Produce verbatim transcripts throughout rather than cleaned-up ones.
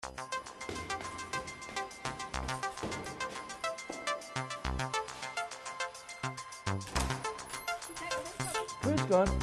Føles godt.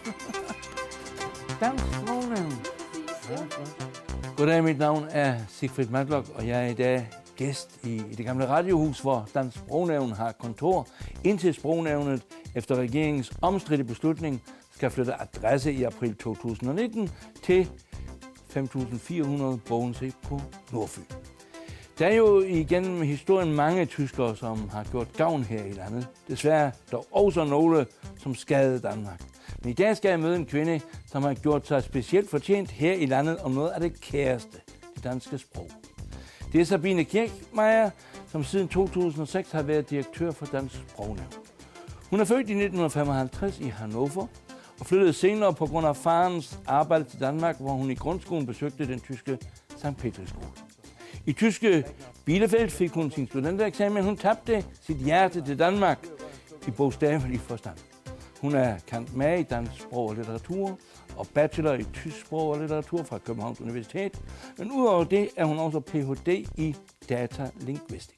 Dansk Sprognævn. Ja, goddag, mit navn er Sigfrid Matlock, og jeg er i dag gæst i, i det gamle radiohus, hvor Dansk Sprognævn har kontor, indtil Sprognævnet efter regeringens omstridte beslutning skal flytte adresse i april to tusind nitten til fem tusind fire hundrede Bogense på Nordfyn. Der er jo igennem historien mange tyskere, som har gjort gavn her i landet. Desværre dog også nogle, som skadede Danmark. Men i dag skal jeg møde en kvinde, som har gjort sig specielt fortjent her i landet om noget af det kæreste, det danske sprog. Det er Sabine Kirchmeier, som siden to tusind og seks har været direktør for Dansk Sprognævn. Hun er født i nitten femoghalvtreds i Hannover og flyttede senere på grund af farens arbejde til Danmark, hvor hun i grundskolen besøgte den tyske Sankt Petri skole. I tyske Bielefeld fik hun sin studentereksamen. Hun tabte sit hjerte til Danmark i bogstavelig forstand. Hun er cand.mag i dansk sprog og litteratur og bachelor i tysk sprog og litteratur fra Københavns Universitet. Men udover det er hun også P H D i datalingvistik.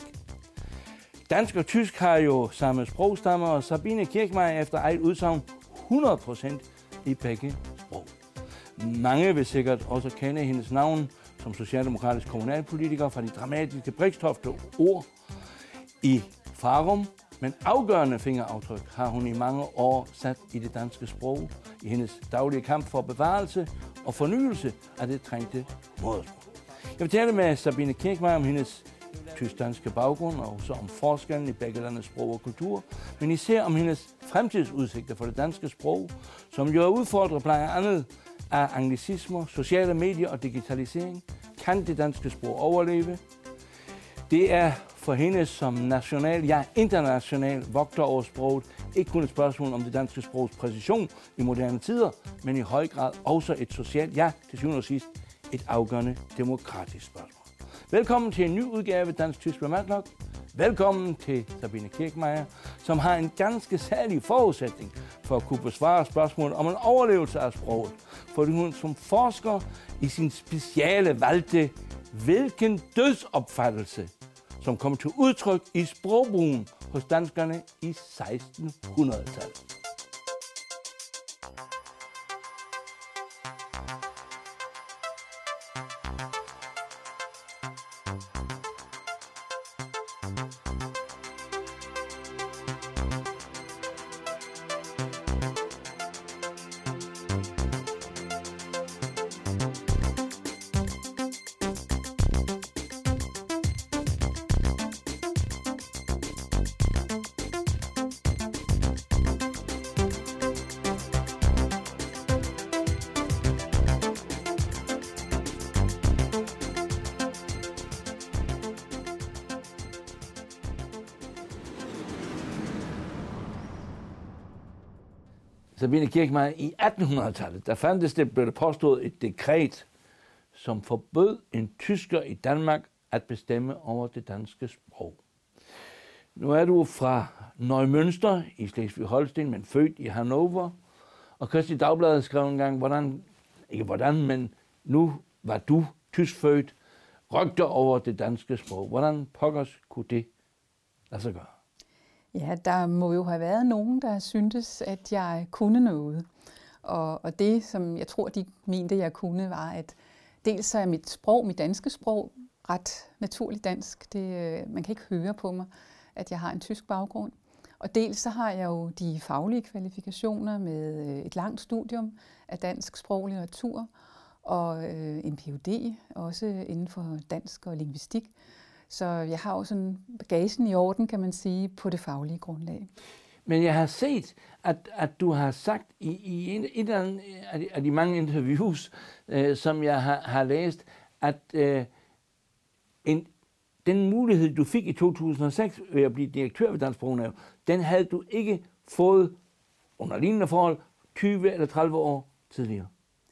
Dansk og tysk har jo samme sprogstammer, og Sabine Kirchmeier efter eget udsagn hundrede procent i begge sprog. Mange vil sikkert også kende hendes navn som socialdemokratisk kommunalpolitiker fra de dramatiske Brixtofte ord i Farum, men afgørende fingeraftryk har hun i mange år sat i det danske sprog, i hendes daglige kamp for bevarelse og fornyelse af det trængte modersprog. Jeg vil tale med Sabine Kirchmeier om hendes tysk-danske baggrund og også om forskellen i begge landes sprog og kultur, men især om hendes fremtidsudsigter for det danske sprog, som jo er udfordret blandt andet af anglicismer, sociale medier og digitalisering. Kan det danske sprog overleve? Det er for hende som national, ja international vogter over sproget ikke kun et spørgsmål om det danske sprogs præcision i moderne tider, men i høj grad også et socialt, ja til syvende og sidst, et afgørende demokratisk spørgsmål. Velkommen til en ny udgave af Dansk Tysk med Matlock. Velkommen til Sabine Kirchmeier, som har en ganske særlig forudsætning for at kunne besvare spørgsmål om en overlevelse af sproget. Fordi hun som forsker i sin speciale valgte, hvilken dødsopfattelse, som kom til udtryk i sprogbrugen hos danskerne i sekstenhundredetallet. Sabine Kirchmeier, i attenhundredetallet, der fandtes det, blev det påstået et dekret, som forbød en tysker i Danmark at bestemme over det danske sprog. Nu er du fra Neumünster i Slesvig-Holsten, men født i Hannover. Og Kristi Dagblad skrev engang, hvordan, ikke hvordan, men nu var du tyskfødt, rygter over det danske sprog. Hvordan pokkers kunne det lade sig gøre? Ja, der må jo have været nogen, der syntes, at jeg kunne noget. Og, og det, som jeg tror, de mente, jeg kunne, var, at dels så er mit sprog, mit danske sprog, ret naturligt dansk. Det, man kan ikke høre på mig, at jeg har en tysk baggrund. Og dels så har jeg jo de faglige kvalifikationer med et langt studium af dansk sprog og litteratur, og en P H D, også inden for dansk og lingvistik. Så jeg har jo sådan bagagen i orden, kan man sige, på det faglige grundlag. Men jeg har set, at, at du har sagt i, i en, et af, de, af de mange interviews, øh, som jeg har, har læst, at øh, en, den mulighed, du fik i to tusind og seks ved at blive direktør ved Dansk Sprognævn, den havde du ikke fået under lignende forhold tyve eller tredive år tidligere.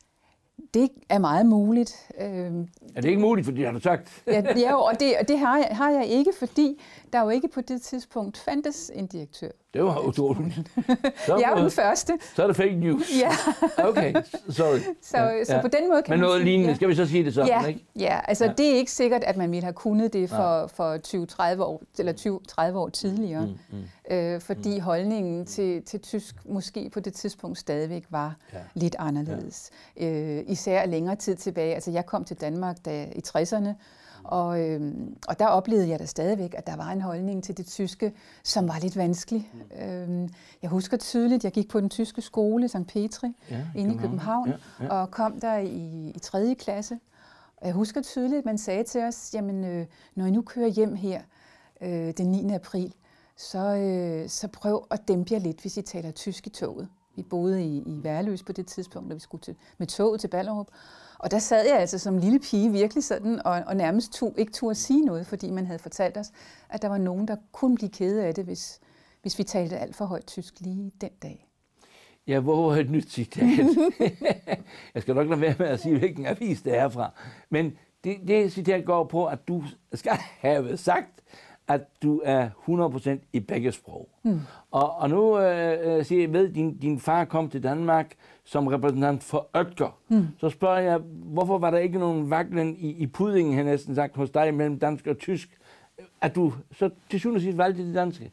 Det er meget muligt. Er det ikke muligt, for det har du sagt? ja, ja, og det, det har, jeg, har jeg ikke, fordi der jo ikke på det tidspunkt fandtes en direktør Det var utroligt. Så, jeg er den første. Så er det fake news. Ja. Okay, sorry. Så, ja, så ja. på den måde kan Men man noget sige, lignende, ja. skal vi så sige det sådan, ja, ikke? Ja, altså ja. Det er ikke sikkert, at man ville have kunnet det for, ja. for tyve til tredive år, eller tyve til tredive år tidligere. Mm, mm, øh, fordi mm. holdningen til, til tysk måske på det tidspunkt stadigvæk var ja. lidt anderledes. Ja. Øh, især længere tid tilbage. Altså jeg kom til Danmark da, i tresserne, Og, øhm, og der oplevede jeg da stadigvæk, at der var en holdning til det tyske, som var lidt vanskelig. Mm. Øhm, jeg husker tydeligt, jeg gik på den tyske skole, Sankt Petri, ja, inde i København, ja, ja. og kom der i, i tredje klasse. Og jeg husker tydeligt, at man sagde til os, jamen, øh, når I nu kører hjem her øh, den niende april, så, øh, så prøv at dæmpe jer lidt, hvis I taler tysk i toget. Vi boede i, i Værløs på det tidspunkt, og vi skulle til, med toget til Ballerup. Og der sad jeg altså som lille pige virkelig sådan, og, og nærmest tog, ikke turde sige noget, fordi man havde fortalt os, at der var nogen, der kunne blive kede af det, hvis, hvis vi talte alt for højt tysk lige den dag. Ja, hvor var et nyt citat? Jeg skal nok lade være med at sige, hvilken avis det er fra. Men det, det citat går på, at du skal have sagt, at du er hundrede procent i begge sprog. Mm. Og, og nu øh, siger jeg ved, at din, din far kom til Danmark som repræsentant for Oetker. Mm. Så spørger jeg, hvorfor var der ikke nogen vaklen i, i puddingen, han næsten sagt, hos dig mellem dansk og tysk, at du så til syvende og sidst valgte det danske?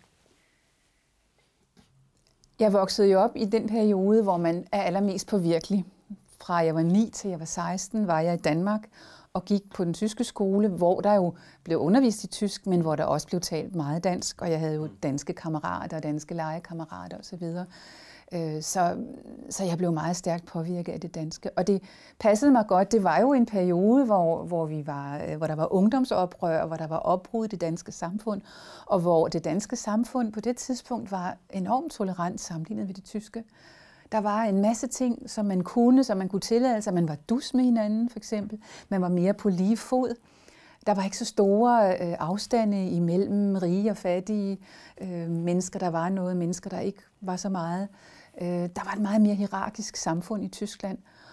Jeg voksede jo op i den periode, hvor man er allermest påvirkelig. Fra jeg var ni til jeg var seksten, var jeg i Danmark og gik på den tyske skole, hvor der jo blev undervist i tysk, men hvor der også blev talt meget dansk, og jeg havde jo danske kammerater, danske legekammerater osv. Så, så jeg blev meget stærkt påvirket af det danske. Og det passede mig godt. Det var jo en periode, hvor, hvor, vi var, hvor der var ungdomsoprør, hvor der var opbrud i det danske samfund, og hvor det danske samfund på det tidspunkt var enormt tolerant sammenlignet med det tyske. Der var en masse ting, som man kunne, som man kunne tillade sig. Man var dus med hinanden, for eksempel. Man var mere på lige fod. Der var ikke så store øh, afstande imellem rige og fattige øh, mennesker. Der var noget mennesker, der ikke var så meget. Øh, der var et meget mere hierarkisk samfund i Tyskland.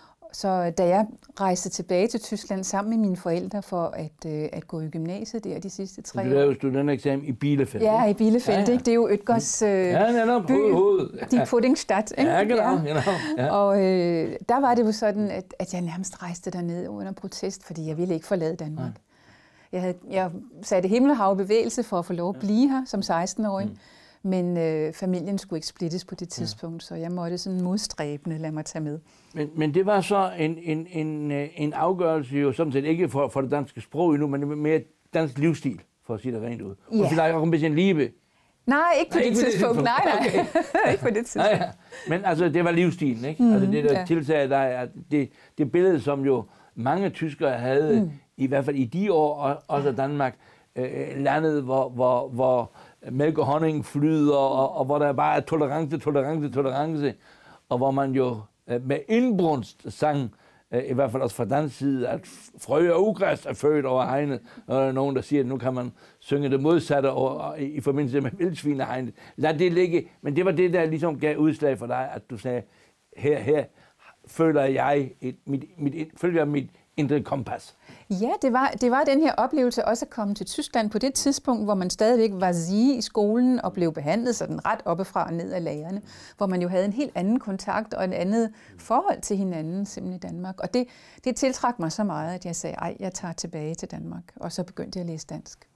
Så da jeg rejste tilbage til Tyskland sammen med mine forældre for at, øh, at gå i gymnasiet der de sidste tre år. Du lavede studentereksamen i Bielefeld. Ja, i Bielefeld. Ja, ja. Ikke? Det er jo Oetkers øh, ja, netop, by, hoved. Die Puddingstadt. Ikke? Ja, genau. Ja. genau ja. Og øh, der var det jo sådan, at, at jeg nærmest rejste derned under protest, fordi jeg ville ikke forlade Danmark. Ja. Jeg, havde, jeg satte himmel og hav i bevægelse for at få lov at blive her som seksten-årig. Mm. Men øh, familien skulle ikke splittes på det tidspunkt, ja. Så jeg måtte sådan modstræbende lade mig tage med. Men, men det var så en, en, en, en afgørelse jo sådan set ikke for, for det danske sprog endnu, men mere dansk livsstil, for at sige det rent ud. Ja. Og vielleicht auch ein bisschen Liebe. Nej, ikke på nej, det ikke tidspunkt. Nej, nej. Okay. Ikke på det tidspunkt. Nej, ja. Men altså, det var livsstilen, ikke? Mm, altså det der ja. tiltag, der er det, det billede, som jo mange tyskere havde, mm. i hvert fald i de år, og også Danmark, øh, landet, hvor, hvor, hvor mælk og honning flyder, og, og hvor der bare er tolerance, tolerance, tolerance, og hvor man jo øh, med indbrunst sang, øh, i hvert fald også fra dansk side, at frø og ugræs er født over hegnet, og der er nogen, der siger, at nu kan man synge det modsatte over, i, i forbindelse med vildsvinehegnet. Lad det ligge. Men det var det, der ligesom gav udslag for dig, at du sagde, her, her føler jeg et, mit, mit, følger mit indre kompas. Ja, det var, det var den her oplevelse også at komme til Tyskland på det tidspunkt, hvor man stadigvæk var sige i skolen og blev behandlet sådan ret oppefra og ned af lærerne, hvor man jo havde en helt anden kontakt og et andet forhold til hinanden simpelthen i Danmark. Og det, det tiltrak mig så meget, at jeg sagde, ej, jeg tager tilbage til Danmark. Og så begyndte jeg at læse dansk.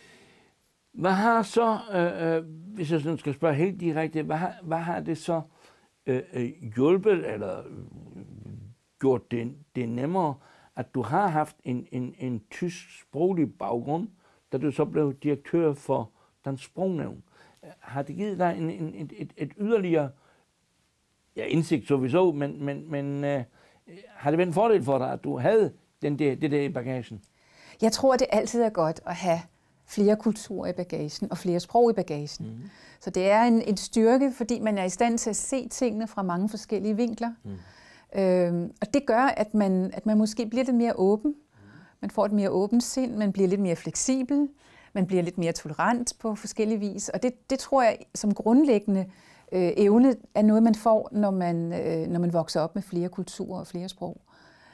Hvad har så, øh, øh, hvis jeg sådan skal spørge helt direkte, hvad har, hvad har det så øh, hjulpet eller gjort det, det nemmere, at du har haft en, en, en tysk sproglig baggrund, da du så blev direktør for Dansk Sprognævn. Har det givet dig en, en, et, et, et yderligere ja, indsigt sowieso, men, men, men øh, har det været en fordel for dig, at du havde den der, det der i bagagen? Jeg tror, det altid er godt at have flere kulturer i bagagen og flere sprog i bagagen. Mm. Så det er en, en styrke, fordi man er i stand til at se tingene fra mange forskellige vinkler. Mm. Øhm, og det gør, at man, at man måske bliver lidt mere åben. Man får et mere åbent sind, man bliver lidt mere fleksibel, man bliver lidt mere tolerant på forskellige vis. Og det, det tror jeg som grundlæggende øh, evne er noget, man får, når man, øh, når man vokser op med flere kulturer og flere sprog.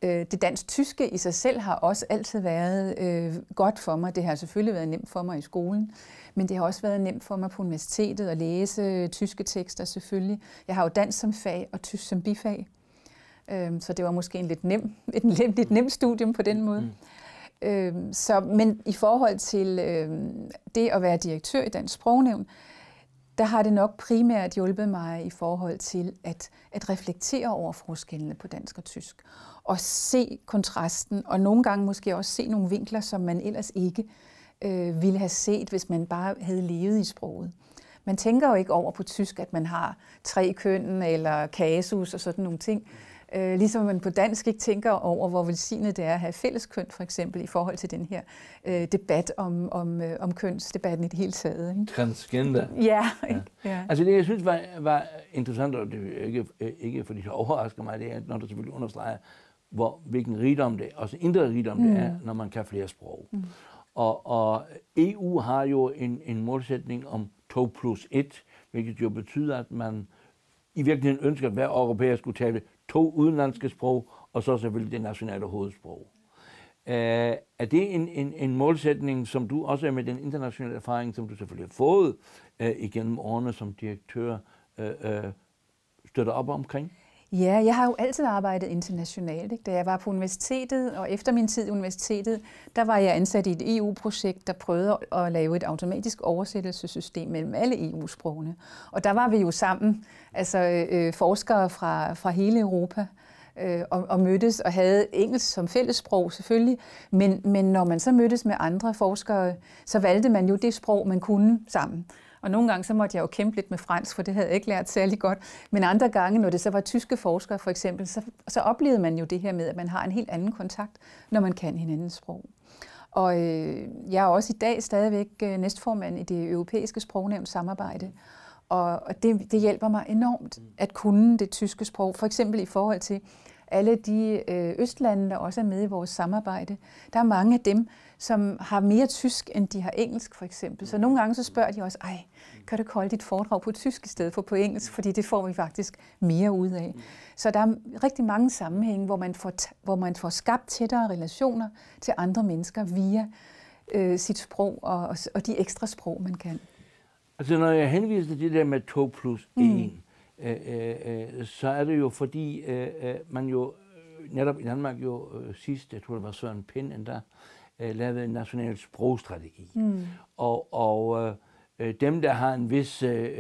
det dansk-tyske i sig selv har også altid været øh, godt for mig. Det har selvfølgelig været nemt for mig i skolen, men det har også været nemt for mig på universitetet at læse tyske tekster selvfølgelig. Jeg har jo dansk som fag og tysk som bifag, øh, så det var måske en lidt nem, et lidt, lidt nemt studium på den måde. Mm. Øh, så, men i forhold til øh, det at være direktør i Dansk Sprognævn, der har det nok primært hjulpet mig i forhold til at, at reflektere over forskellene på dansk og tysk. Og se kontrasten, og nogle gange måske også se nogle vinkler, som man ellers ikke øh, ville have set, hvis man bare havde levet i sproget. Man tænker jo ikke over på tysk, at man har tre køn eller kasus og sådan nogle ting. Øh, ligesom man på dansk ikke tænker over, hvor velsignet det er at have fælles køn, for eksempel, i forhold til den her øh, debat om, om, øh, om kønsdebatten i det hele taget. Ikke? Transgender. Ja, ja. ja. Altså det, jeg synes var, var interessant, og det er ikke, ikke fordi det overrasker mig, det er, når du selvfølgelig understreger, hvor, hvilken rigdom det er, også indre rigdom mm. det er, når man kan flere sprog. Mm. Og, og E U har jo en, en målsætning om to plus et, hvilket jo betyder, at man i virkeligheden ønsker, at hver europæer skulle tale to udenlandske sprog, og så selvfølgelig det nationale hovedsprog. Uh, er det en, en, en målsætning, som du også er med den internationale erfaring, som du selvfølgelig har fået uh, igennem årene som direktør, uh, uh, støtter op omkring? Ja, jeg har jo altid arbejdet internationalt. Ikke? Da jeg var på universitetet, og efter min tid i universitetet, der var jeg ansat i et E U-projekt, der prøvede at lave et automatisk oversættelsessystem mellem alle E U-sprogene. Og der var vi jo sammen, altså øh, forskere fra, fra hele Europa, øh, og, og mødtes og havde engelsk som fællessprog selvfølgelig. Men, men når man så mødtes med andre forskere, så valgte man jo det sprog, man kunne sammen. Og nogle gange så måtte jeg jo kæmpe lidt med fransk, for det havde jeg ikke lært særlig godt. Men andre gange, når det så var tyske forskere for eksempel, så, så oplevede man jo det her med, at man har en helt anden kontakt, når man kan hinandens sprog. Og øh, jeg er også i dag stadigvæk øh, næstformand i det europæiske sprognævns samarbejde. Og, og det, det hjælper mig enormt at kunne det tyske sprog, for eksempel i forhold til alle de øh, østlande, der også er med i vores samarbejde. Der er mange af dem, som har mere tysk, end de har engelsk, for eksempel. Så nogle gange så spørger de også, ej, kan du ikke holde dit foredrag på tysk i stedet for på engelsk, fordi det får vi faktisk mere ud af. Så der er rigtig mange sammenhænge, hvor man får, hvor man får skabt tættere relationer til andre mennesker via øh, sit sprog og, og, og de ekstra sprog, man kan. Altså når jeg henviser til det der med to plus en, mm. Øh, øh, så er det jo fordi, øh, man jo netop i Danmark jo øh, sidst, jeg tror det var Søren Pind endda, øh, lavede en national sprogstrategi. Mm. Og, og øh, dem, der har en vis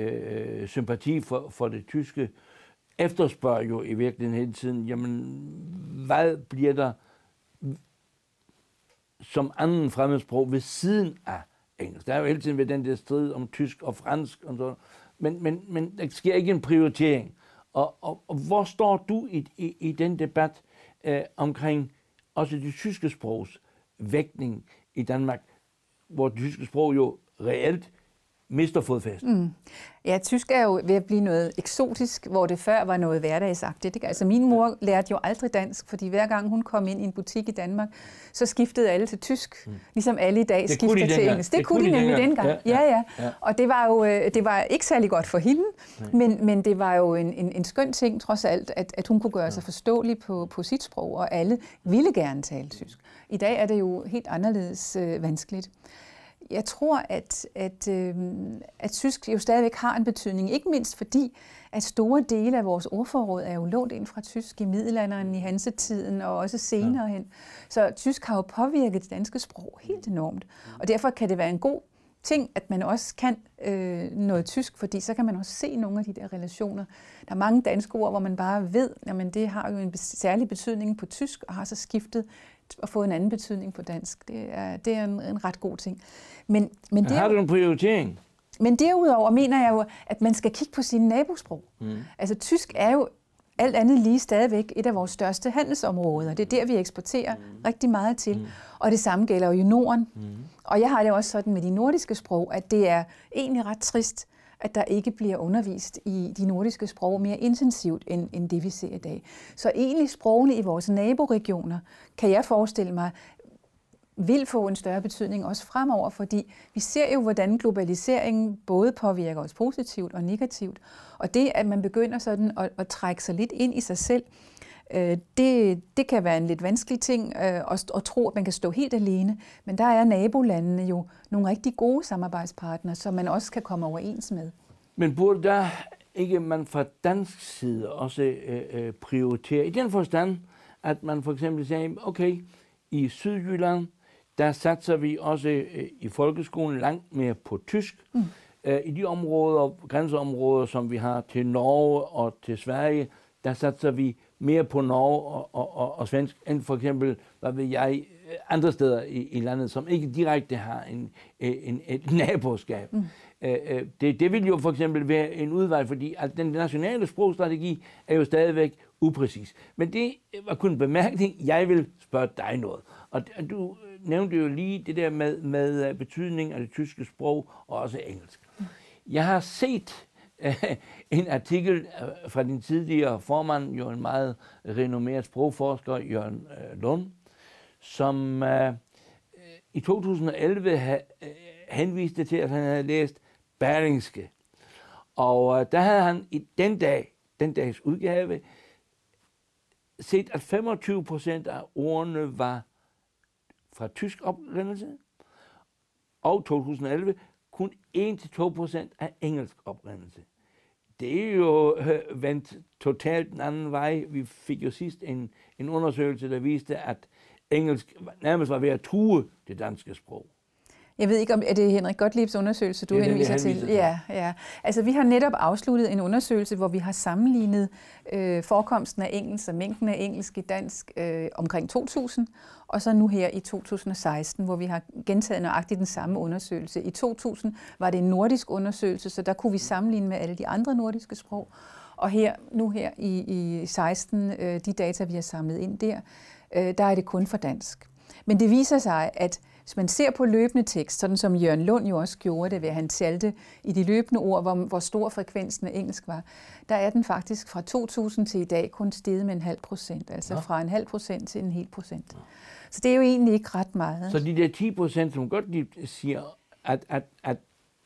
øh, sympati for, for det tyske, efterspørger jo i virkeligheden hele tiden, jamen, hvad bliver der som anden fremmedsprog ved siden af engelsk? Der er jo hele tiden ved den der strid om tysk og fransk og sådan. Men, men, men der sker ikke en prioritering. Og, og, og hvor står du i, i, i den debat øh, omkring også det tyske sprogs vægtning i Danmark, hvor det tyske sprog jo reelt mister fodfæste? Mm. Ja, tysk er jo ved at blive noget eksotisk, hvor det før var noget hverdagsagtigt. Ikke? Altså min mor lærte jo aldrig dansk, fordi hver gang hun kom ind i en butik i Danmark, så skiftede alle til tysk, mm. ligesom alle i dag det skifter de til engelsk. Det, det kunne de nemlig dengang. Ja, ja, ja. ja. Og det var jo det var ikke særlig godt for hende, men, men det var jo en, en, en skøn ting trods alt, at, at hun kunne gøre sig forståelig på, på sit sprog, og alle ville gerne tale tysk. I dag er det jo helt anderledes øh, vanskeligt. Jeg tror, at, at, øh, at tysk jo stadigvæk har en betydning, ikke mindst fordi, at store dele af vores ordforråd er jo lånt ind fra tysk i middelalderen, i hansetiden og også senere hen. Så tysk har jo påvirket det danske sprog helt enormt, og derfor kan det være en god ting, at man også kan øh, noget tysk, fordi så kan man også se nogle af de der relationer. Der er mange danske ord, hvor man bare ved, at det har jo en særlig betydning på tysk, og har så skiftet og fået en anden betydning på dansk. Det er, det er en, en ret god ting. Men, men har du en prioritering? Men derudover mener jeg jo, at man skal kigge på sine nabosprog. Mm. Altså tysk er jo alt andet lige stadigvæk et af vores største handelsområder. Det er der, vi eksporterer mm. rigtig meget til. Mm. Og det samme gælder jo i Norden. Mm. Og jeg har det også sådan med de nordiske sprog, at det er egentlig ret trist, at der ikke bliver undervist i de nordiske sprog mere intensivt, end, end det vi ser i dag. Så egentlig sprogene i vores naboregioner, kan jeg forestille mig, vil få en større betydning også fremover, fordi vi ser jo, hvordan globaliseringen både påvirker os positivt og negativt. Og det, at man begynder sådan at, at trække sig lidt ind i sig selv, Det, det kan være en lidt vanskelig ting at, at tro, at man kan stå helt alene, men der er nabolandene jo nogle rigtig gode samarbejdspartnere, som man også kan komme overens med. Men burde der ikke man fra dansk side også øh, prioritere, i den forstand, at man for eksempel siger, okay, i Sydjylland, der satser vi også øh, i folkeskolen langt mere på tysk. Mm. Øh, I de områder, grænseområder, som vi har til Norge og til Sverige, der satser vi mere på Norge og, og, og, og svensk, end for eksempel, hvad ved jeg, andre steder i, i landet, som ikke direkte har en, en, et naboskab. Mm. Øh, det, det vil jo for eksempel være en udvej, fordi at den nationale sprogstrategi er jo stadigvæk upræcis. Men det var kun en bemærkning. Jeg vil spørge dig noget. Og du nævnte jo lige det der med, med betydning af det tyske sprog og også engelsk. Mm. Jeg har set en artikel fra din tidligere formand, jo en meget renommeret sprogforsker, Jørgen Lund, som uh, i to tusind og elleve ha, uh, henviste til, at han havde læst Berlingske. Og uh, der havde han i den dag, den dags udgave, set, at femogtyve procent af ordene var fra tysk oprindelse, og to tusind og elleve kun en til to procent af engelsk oprindelse. Det er jo øh, vendt totalt den anden vej. Vi fik jo sidst en, en undersøgelse, der viste, at engelsk nærmest var ved at true det danske sprog. Jeg ved ikke, om er det Henrik Gottliebs undersøgelse, du det, henviser, det, henviser til? til? Ja, ja. Altså, vi har netop afsluttet en undersøgelse, hvor vi har sammenlignet øh, forekomsten af engelsk og mængden af engelsk i dansk øh, omkring to tusind, og så nu her i to tusind og seksten, hvor vi har gentaget nøjagtigt den samme undersøgelse. I to tusind var det en nordisk undersøgelse, så der kunne vi sammenligne med alle de andre nordiske sprog. Og her, nu her i, i seksten, øh, de data, vi har samlet ind der, øh, der er det kun for dansk. Men det viser sig, at hvis man ser på løbende tekst, sådan som Jørgen Lund jo også gjorde det, ved at han talte i de løbende ord, hvor, hvor stor frekvensen af engelsk var, der er den faktisk fra to tusind til i dag kun steget med en halv procent, altså ja. fra en halv procent til en hel procent. Ja. Så det er jo egentlig ikke ret meget. Så de der ti procent, som godt lige siger, at, at, at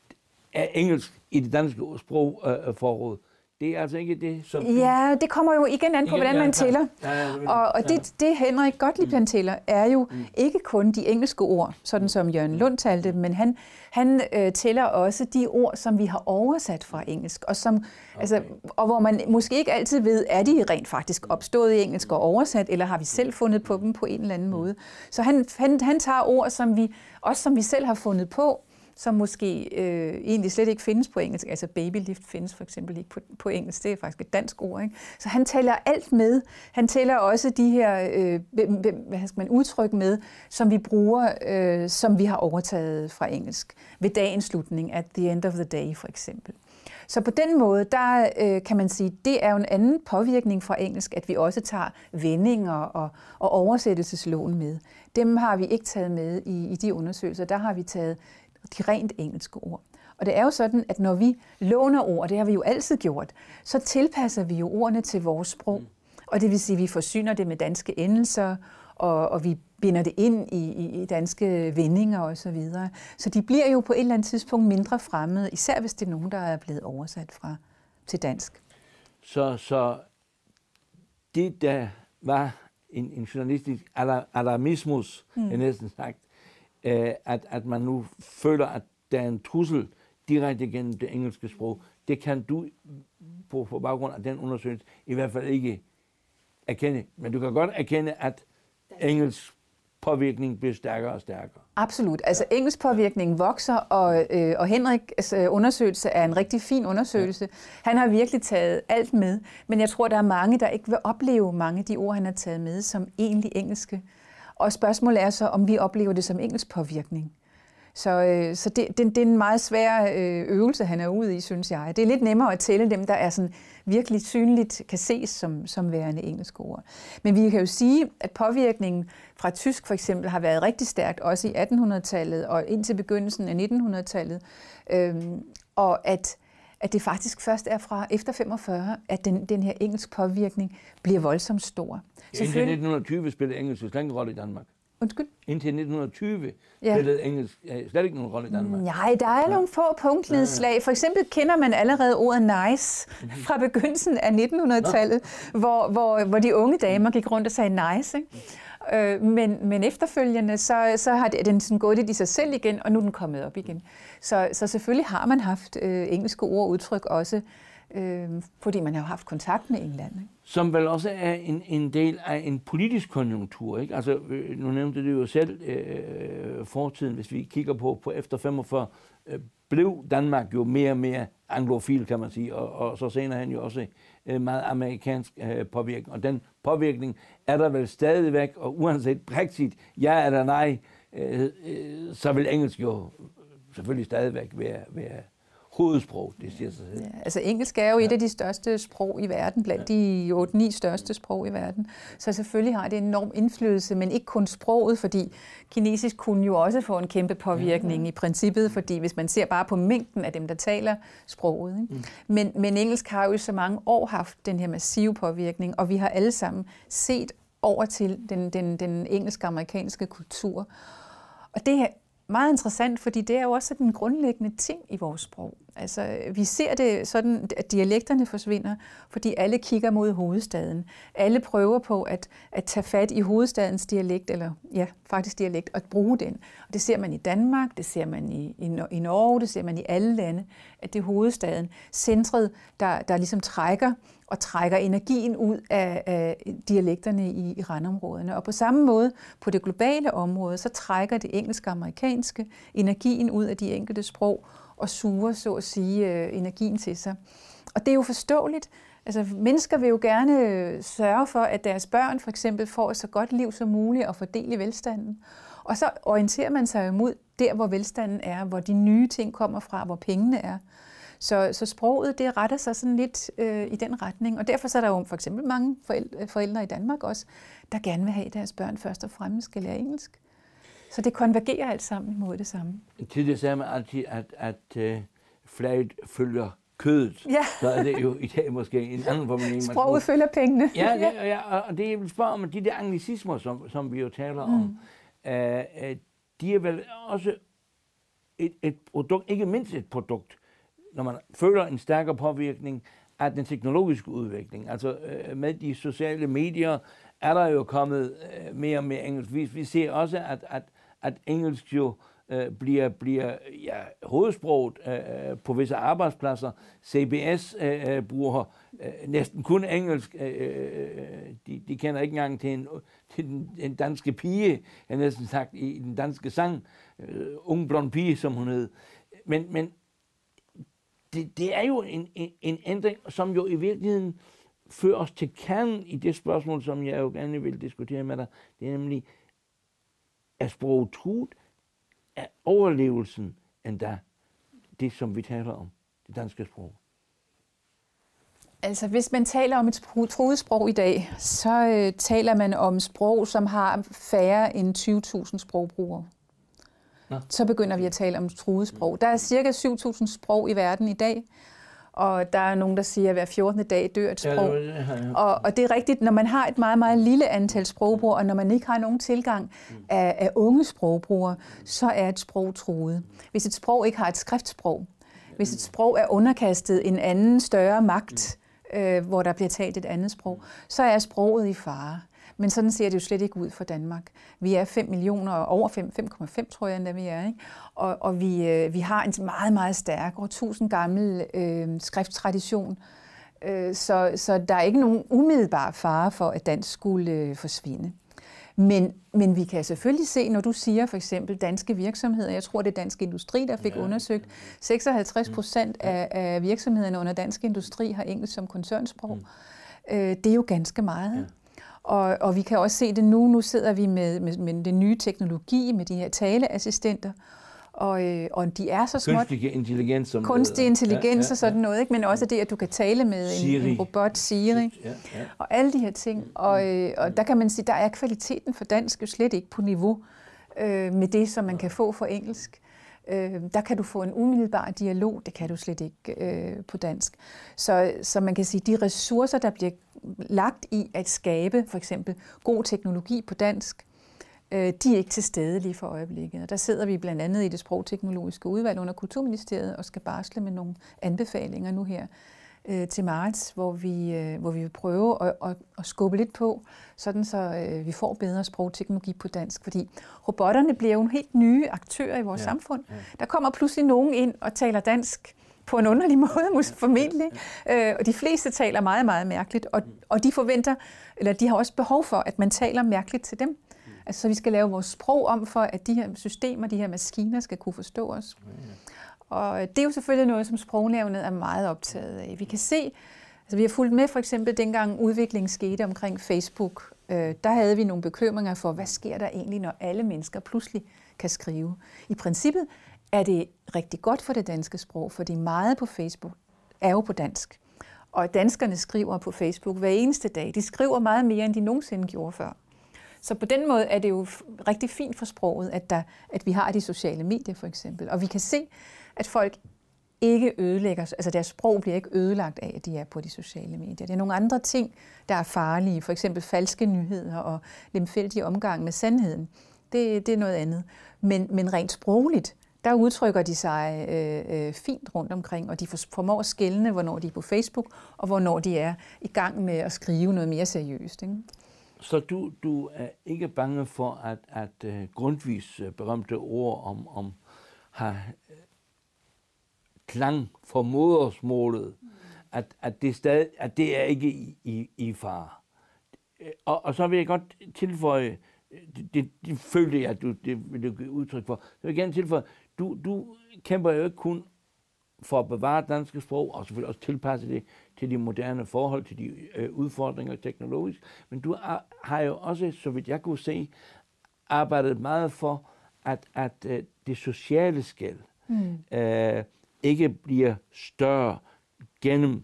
er engelsk i det danske sprog øh, forråd, det er altså ikke det, som... Ja, det kommer jo igen an på, hvordan man tæller. Ja, ja, ja, og og det, det Henrik Gottlieb han tæller, er jo mm. ikke kun de engelske ord, sådan som Jørgen Lund talte, men han, han øh, tæller også de ord, som vi har oversat fra engelsk, og, som, okay. altså, og hvor man måske ikke altid ved, er de rent faktisk opstået i engelsk og oversat, eller har vi selv fundet på dem på en eller anden måde. Så han, han, han tager ord, som vi, også som vi selv har fundet på, som måske øh, egentlig slet ikke findes på engelsk. Altså babylift findes for eksempel ikke på, på engelsk. Det er faktisk et dansk ord, ikke? Så han tæller alt med. Han tæller også de her øh, hvad skal man, udtryk med, som vi bruger, øh, som vi har overtaget fra engelsk. Ved dagens slutning, at the end of the day for eksempel. Så på den måde, der øh, kan man sige, det er jo en anden påvirkning fra engelsk, at vi også tager vendinger og, og oversættelsesloven med. Dem har vi ikke taget med i, i de undersøgelser. Der har vi taget de rent engelske ord. Og det er jo sådan, at når vi låner ord, det har vi jo altid gjort, så tilpasser vi jo ordene til vores sprog. Og det vil sige, at vi forsyner det med danske endelser, og, og vi binder det ind i, i, i danske vendinger osv. Så, videre. Så de bliver jo på et eller andet tidspunkt mindre fremmede, især hvis det er nogen, der er blevet oversat fra til dansk. Så, så det, der var en, en journalistisk alarmismus, mm. jeg næsten sagt, At, at man nu føler, at der er en trussel direkte gennem det engelske sprog. Det kan du på, på baggrund af den undersøgelse i hvert fald ikke erkende. Men du kan godt erkende, at engelsk påvirkning bliver stærkere og stærkere. Absolut. Altså engelsk påvirkning vokser, og, øh, og Henriks undersøgelse er en rigtig fin undersøgelse. Ja. Han har virkelig taget alt med, men jeg tror, der er mange, der ikke vil opleve mange af de ord, han har taget med, som egentlig engelske. Og spørgsmålet er så, om vi oplever det som engelsk påvirkning. Så, øh, så det, det, det er en meget svær øh, øvelse, han er ude i, synes jeg. Det er lidt nemmere at tælle dem, der er sådan virkelig synligt kan ses som, som værende engelske ord. Men vi kan jo sige, at påvirkningen fra tysk for eksempel har været rigtig stærkt, også i attenhundredetallet og indtil begyndelsen af nittenhundredetallet. Øhm, og at, at det faktisk først er fra efter femogfyrre, at den, den her engelsk påvirkning bliver voldsomt stor. Ja, indtil nitten tyve spillede engelsk slet ingen rolle i Danmark. Undskyld? Indtil nitten tyve ja. spillede engelsk øh, slet ikke nogen rolle i Danmark. Nej, der er ja. nogle få punktnedslag. Ja, ja. For eksempel kender man allerede ordet nice fra begyndelsen af nittenhundredetallet, hvor, hvor, hvor de unge damer gik rundt og sagde nice, ikke? Men, men efterfølgende, så, så har den sådan gået lidt i sig selv igen, og nu er den kommet op igen. Så, så selvfølgelig har man haft øh, engelske ord og udtryk også, øh, fordi man har haft kontakt med England. Ikke? Som vel også er en, en del af en politisk konjunktur. Ikke? Altså, nu nævnte du jo selv øh, fortiden, hvis vi kigger på, på efter femogfyrre, øh, blev Danmark jo mere og mere anglofil, kan man sige, og, og så senere han jo også øh, meget amerikansk øh, påvirkning. Og den påvirkning er der vel stadigvæk, og uanset Brexit, ja eller nej, øh, øh, så vil engelsk jo selvfølgelig stadigvæk være, være hovedsprog, det siger sig selv. Ja, altså engelsk er jo ja. et af de største sprog i verden, blandt ja. de otte ni største sprog i verden. Så selvfølgelig har det en enorm indflydelse, men ikke kun sproget, fordi kinesisk kunne jo også få en kæmpe påvirkning ja. i princippet, fordi hvis man ser bare på mængden af dem, der taler sproget. Ikke? Mm. Men, men engelsk har jo i så mange år haft den her massive påvirkning, og vi har alle sammen set over til den, den, den engelsk-amerikanske kultur. Og det er meget interessant, fordi det er jo også den grundlæggende ting i vores sprog. Altså, vi ser det sådan, at dialekterne forsvinder, fordi alle kigger mod hovedstaden. Alle prøver på at, at tage fat i hovedstadens dialekt, eller ja, faktisk dialekt, og bruge den. Og det ser man i Danmark, det ser man i, i, i Norge, det ser man i alle lande, at det er hovedstaden, centret, der, der ligesom trækker og trækker energien ud af, af dialekterne i, i randområderne. Og på samme måde, på det globale område, så trækker det engelsk-amerikanske energien ud af de enkelte sprog, og suger, så at sige, energien til sig. Og det er jo forståeligt. Altså, mennesker vil jo gerne sørge for, at deres børn for eksempel får et så godt liv som muligt og fordele i velstanden. Og så orienterer man sig imod der, hvor velstanden er, hvor de nye ting kommer fra, hvor pengene er. Så, så sproget, det retter sig sådan lidt øh, i den retning. Og derfor så er der jo for eksempel mange forældre, forældre i Danmark også, der gerne vil have, at deres børn først og fremmest skal lære engelsk. Så det konvergerer alt sammen imod det samme. Tidligere sagde man altid, at, at uh, flaget følger kødet. Ja. Så er det jo i dag måske en anden formulering. Sproget følger pengene. Ja, det, ja, og det jeg vil spørge om, de der anglicismer, som, som vi jo taler om, mm. uh, uh, de er vel også et, et produkt, ikke mindst et produkt, når man føler en stærkere påvirkning af den teknologiske udvikling. Altså uh, med de sociale medier er der jo kommet uh, mere og mere engelsk. Vi, vi ser også, at, at, at engelsk jo uh, bliver, bliver ja, hovedsproget uh, på visse arbejdspladser. C B S uh, bruger uh, næsten kun engelsk. Uh, de, de kender ikke engang til en, til den, en danske pige, jeg har næsten sagt, i den danske sang. Uh, Ung blond pige, som hun hed. Men, men det, det er jo en, en, en ændring, som jo i virkeligheden fører os til kernen i det spørgsmål, som jeg jo gerne vil diskutere med dig. Det er nemlig, er sproget truet? Er overlevelsen endda det, som vi taler om, det danske sprog? Altså, hvis man taler om et truet sprog i dag, så øh, taler man om sprog, som har færre end tyve tusind sprogbrugere. Nå. Så begynder vi at tale om truet sprog. Der er cirka syv tusind sprog i verden i dag, og der er nogen, der siger, at hver fjortende dag dør et sprog. Ja, det det, ja. Og, og det er rigtigt, når man har et meget, meget lille antal sprogbrugere, og når man ikke har nogen tilgang af, af unge sprogbrugere, så er et sprog truet. Hvis et sprog ikke har et skriftsprog, hvis et sprog er underkastet en anden større magt, øh, hvor der bliver talt et andet sprog, så er sproget i fare. Men sådan ser det jo slet ikke ud for Danmark. Vi er fem millioner, over fem komma fem tror jeg endda vi er, ikke? Og, og vi, øh, vi har en meget, meget stærk, over tusind gammel øh, skrifttradition. Øh, så, så der er ikke nogen umiddelbar fare for, at dansk skulle øh, forsvinde. Men, men vi kan selvfølgelig se, når du siger for eksempel danske virksomheder, jeg tror det er Dansk Industri, der fik ja, undersøgt, seksoghalvtreds procent af, af virksomhederne under Dansk Industri har engelsk som koncernsprog. Mm. Øh, det er jo ganske meget. Ja. Og, og vi kan også se det nu. Nu sidder vi med, med, med den nye teknologi, med de her taleassistenter, og, øh, og de er så småt... Kunstig intelligens. Som kunstig intelligens ja, ja, ja. og sådan noget, ikke? Men også det, at du kan tale med en, en robot, Siri, ja, ja. og alle de her ting. Og, øh, og der kan man sige, der er kvaliteten for dansk jo slet ikke på niveau øh, med det, som man kan få for engelsk. Øh, der kan du få en umiddelbar dialog, det kan du slet ikke øh, på dansk. Så, så man kan sige, de ressourcer, der bliver lagt i at skabe for eksempel god teknologi på dansk, øh, de er ikke til stede lige for øjeblikket. Og der sidder vi blandt andet i det sprogteknologiske udvalg under Kulturministeriet og skal barsle med nogle anbefalinger nu her øh, til marts, hvor vi, øh, hvor vi vil prøve at, at, at skubbe lidt på, sådan så øh, vi får bedre sprogteknologi på dansk. Fordi robotterne bliver jo en helt nye aktører i vores ja, samfund. Ja. Der kommer pludselig nogen ind og taler dansk på en underlig måde, måske formentlig. Øh, og de fleste taler meget, meget mærkeligt. Og, og de forventer, eller de har også behov for, at man taler mærkeligt til dem. Altså, så vi skal lave vores sprog om, for at de her systemer, de her maskiner, skal kunne forstå os. Og det er jo selvfølgelig noget, som Sprognævnet er meget optaget af. Vi kan se, altså vi har fulgt med for eksempel dengang udviklingen skete omkring Facebook. Øh, der havde vi nogle bekymringer for, hvad sker der egentlig, når alle mennesker pludselig kan skrive. I princippet er det rigtig godt for det danske sprog, fordi meget på Facebook er jo på dansk. Og danskerne skriver på Facebook hver eneste dag. De skriver meget mere, end de nogensinde gjorde før. Så på den måde er det jo rigtig fint for sproget, at, der, at vi har de sociale medier for eksempel. Og vi kan se, at folk ikke ødelægger, altså deres sprog bliver ikke ødelagt af, at de er på de sociale medier. Det er nogle andre ting, der er farlige, for eksempel falske nyheder og lemfældig omgang med sandheden. Det, det er noget andet. Men, men rent sprogligt, der udtrykker de sig øh, øh, fint rundt omkring, og de formår at skelne, hvornår de er på Facebook, og hvornår de er i gang med at skrive noget mere seriøst. Ikke? Så du, du er ikke bange for, at, at uh, Grundtvigs uh, berømte ord om, om har uh, klang for modersmålet, mm. at, at, det stadig, at det er ikke i, i, i fare. Og, og så vil jeg godt tilføje, det, det, det følte jeg, at du det ville give udtryk for. Så vil jeg gerne tilføje, du, du kæmper jo ikke kun for at bevare danske sprog, og selvfølgelig også tilpasse det til de moderne forhold, til de øh, udfordringer teknologisk, men du er, har jo også, så vidt jeg kunne se, arbejdet meget for, at, at øh, det sociale skel mm. øh, ikke bliver større gennem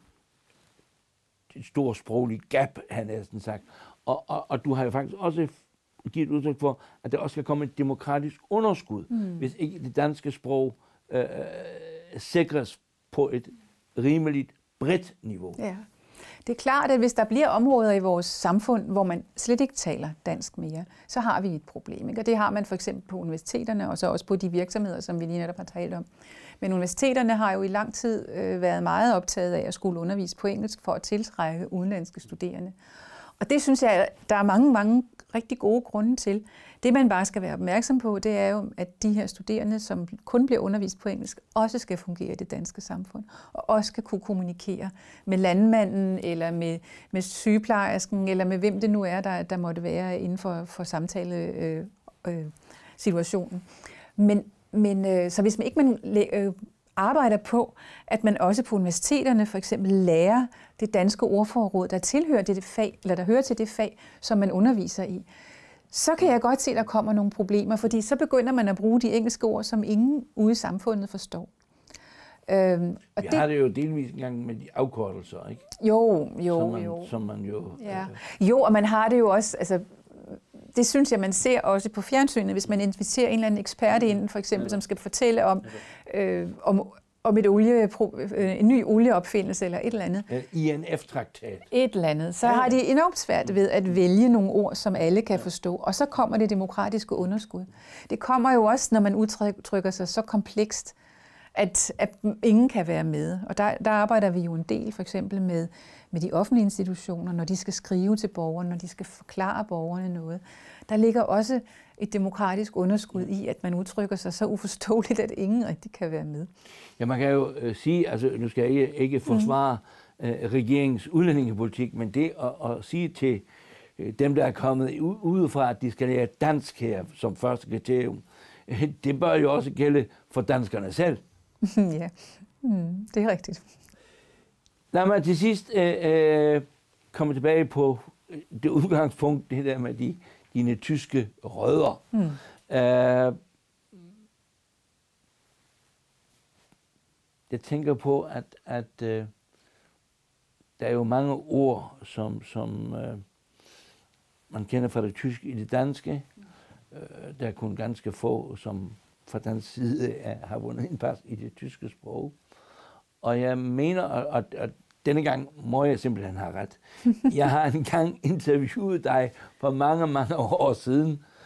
et stort sprogligt gap, har jeg næsten sagt. Og, og, og du har jo faktisk også givet udtryk for, at der også skal komme et demokratisk underskud, mm. hvis ikke det danske sprog øh, sikres på et rimeligt bredt niveau. Ja. Det er klart, at hvis der bliver områder i vores samfund, hvor man slet ikke taler dansk mere, så har vi et problem. Ikke? Og det har man for eksempel på universiteterne, og så også på de virksomheder, som vi lige netop har talt om. Men universiteterne har jo i lang tid øh, været meget optaget af at skulle undervise på engelsk for at tiltrække udenlandske studerende. Og det synes jeg, der er mange, mange rigtig gode grunde til. Det, man bare skal være opmærksom på, det er jo, at de her studerende, som kun bliver undervist på engelsk, også skal fungere i det danske samfund, og også skal kunne kommunikere med landmanden, eller med, med sygeplejersken, eller med hvem det nu er, der, der måtte være inden for, for samtalesituationen. Øh, øh, men, men øh, så hvis man ikke man, øh, arbejder på, at man også på universiteterne for eksempel lærer det danske ordforråd, der tilhører det fag, eller der hører til det fag, som man underviser i, så kan jeg godt se, at der kommer nogle problemer, fordi så begynder man at bruge de engelske ord, som ingen ude i samfundet forstår. Øhm, og Vi det, har det jo delvis en gang med de afkortelser, ikke? Jo, jo, som man, jo. Som man jo... Ja. Øh, jo, og man har det jo også... Altså, det synes jeg, man ser også på fjernsynet, hvis man inviterer en eller anden ekspert ind, for eksempel, som skal fortælle om, øh, om, om et olie, en ny olieopfindelse eller et eller andet. I en F-traktat. Et eller andet. Så har de enormt svært ved at vælge nogle ord, som alle kan forstå. Og så kommer det demokratiske underskud. Det kommer jo også, når man udtrykker sig så komplekst, at, at ingen kan være med. Og der, der arbejder vi jo en del, for eksempel med, med de offentlige institutioner, når de skal skrive til borgerne, når de skal forklare borgerne noget. Der ligger også et demokratisk underskud i, at man udtrykker sig så uforståeligt, at ingen rigtig kan være med. Ja, man kan jo øh, sige, altså nu skal jeg ikke, ikke forsvare mm. øh, regeringens udlændingepolitik, men det at, at sige til øh, dem, der er kommet udefra, at de skal lære dansk her som første kriterium, øh, det bør jo også gælde for danskerne selv. Ja, mm, det er rigtigt. Lad mig til sidst øh, øh, komme tilbage på det udgangspunkt, det der med de, dine tyske rødder. Mm. Øh, jeg tænker på, at, at øh, der er jo mange ord, som, som øh, man kender fra det tyske i det danske. Øh, der er kun ganske få, som fra den side af, har vundet indpas i det tyske sprog. Og jeg mener, at, at denne gang må jeg simpelthen have ret. Jeg har engang interviewet dig for mange, mange år siden,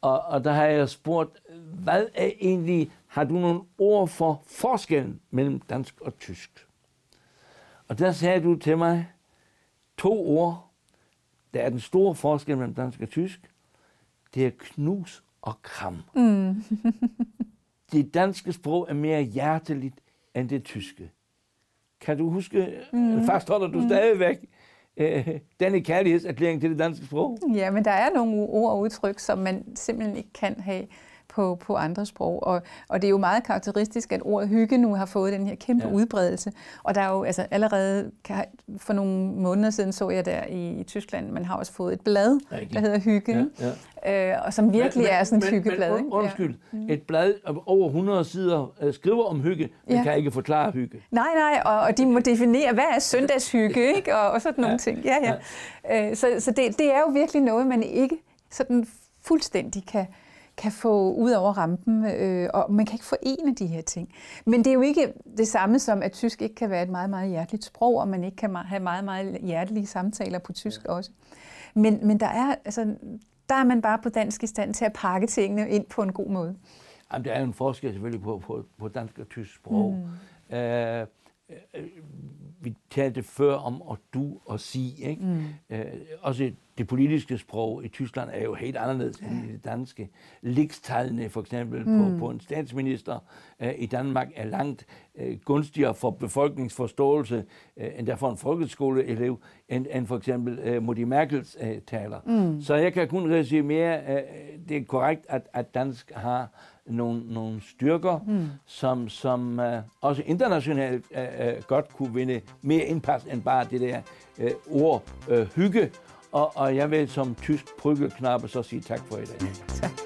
Og, og der har jeg spurgt, hvad er egentlig, har du nogle ord for forskellen mellem dansk og tysk? Og der sagde du til mig to ord, der er den store forskel mellem dansk og tysk. Det er knus og kram. Mm. Det danske sprog er mere hjerteligt end det tyske. Kan du huske, mm. fastholder du mm. stadigvæk øh, denne kærlighedserklæring til det danske sprog? Ja, men der er nogle ord og udtryk, som man simpelthen ikke kan have på, på andre sprog. Og, og det er jo meget karakteristisk, at ordet hygge nu har fået den her kæmpe ja. udbredelse. Og der er jo altså allerede, for nogle måneder siden så jeg der i, i Tyskland, man har også fået et blad, Rigtig. der hedder Hygge, ja, ja. Øh, og som virkelig men, er sådan et hyggeblad. Men undskyld, ja. et blad over hundrede sider øh, skriver om hygge, men ja. kan ikke forklare hygge. Nej, nej, og, og de må definere, hvad er søndagshygge, ikke? Og, og sådan nogle ja. ting. Ja, ja. Ja. Øh, så så det, det er jo virkelig noget, man ikke sådan fuldstændig kan kan få ud over rampen, øh, og man kan ikke forene de her ting. Men det er jo ikke det samme som, at tysk ikke kan være et meget, meget hjerteligt sprog, og man ikke kan have meget, meget hjertelige samtaler på tysk ja. også. Men, men der, er, altså, der er man bare på dansk i stand til at pakke tingene ind på en god måde. Jamen, der er en forskel selvfølgelig på, på, på dansk og tysk sprog. Mm. Øh, vi talte før om at du og sige, ikke? Mm. Øh, også det politiske sprog i Tyskland er jo helt anderledes ja. end i det danske. Ligstallene for eksempel mm. på, på en statsminister øh, i Danmark er langt øh, gunstigere for befolkningsforståelse øh, end der for en folkeskoleelev, end, end for eksempel øh, Modi Merkels øh, taler. Mm. Så jeg kan kun resumere, øh, det er korrekt, at, at dansk har nogle, nogle styrker, mm. som, som uh, også internationalt uh, uh, godt kunne vinde mere indpas end bare det der uh, ord uh, hygge. Og, og jeg vil som tysk prügelknabe så sige tak for i dag. Tak.